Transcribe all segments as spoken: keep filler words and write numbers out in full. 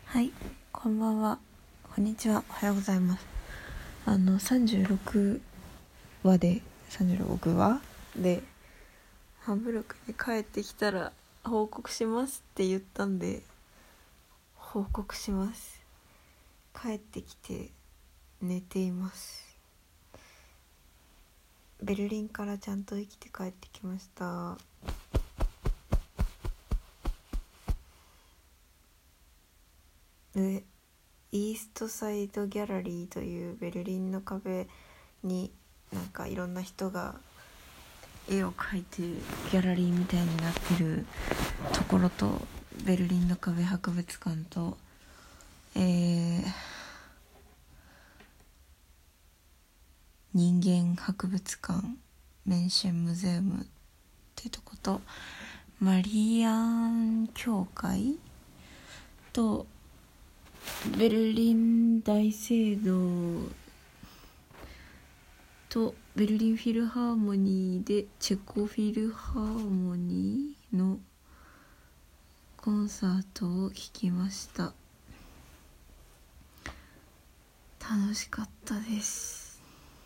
はい、こんばんは、こんにちは、おはようございます。あのさんじゅうろくわでさんじゅうろくわでハンブルクに帰ってきたら報告しますって言ったんで報告します。帰ってきて寝ています。ベルリンからちゃんと生きて帰ってきました。でイーストサイドギャラリーというベルリンの壁になんかいろんな人が絵を描いてギャラリーみたいになってるところと、ベルリンの壁博物館と、えー、人間博物館メンシェンムゼウムってとこと、マリアン教会とベルリン大聖堂とベルリンフィルハーモニーでチェコフィルハーモニーのコンサートを聴きました。楽しかったです。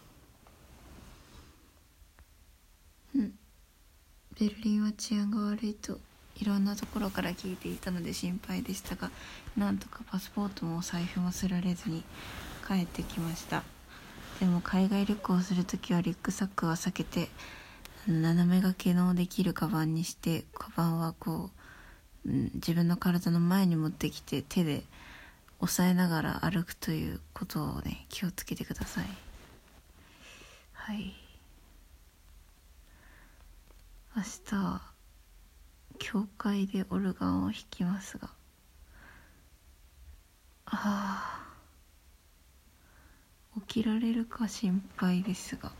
うんベルリンは治安が悪いといろんなところから聞いていたので心配でしたが、なんとかパスポートもお財布もすられずに帰ってきました。でも海外旅行するときはリュックサックは避けて斜め掛けのできるカバンにして、カバンはこう、うん、自分の体の前に持ってきて手で押さえながら歩くということをね、気をつけてください。はい、明日は教会でオルガンを弾きますが、あー起きられるか心配ですが、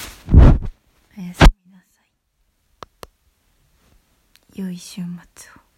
おやすみなさい。良い週末を。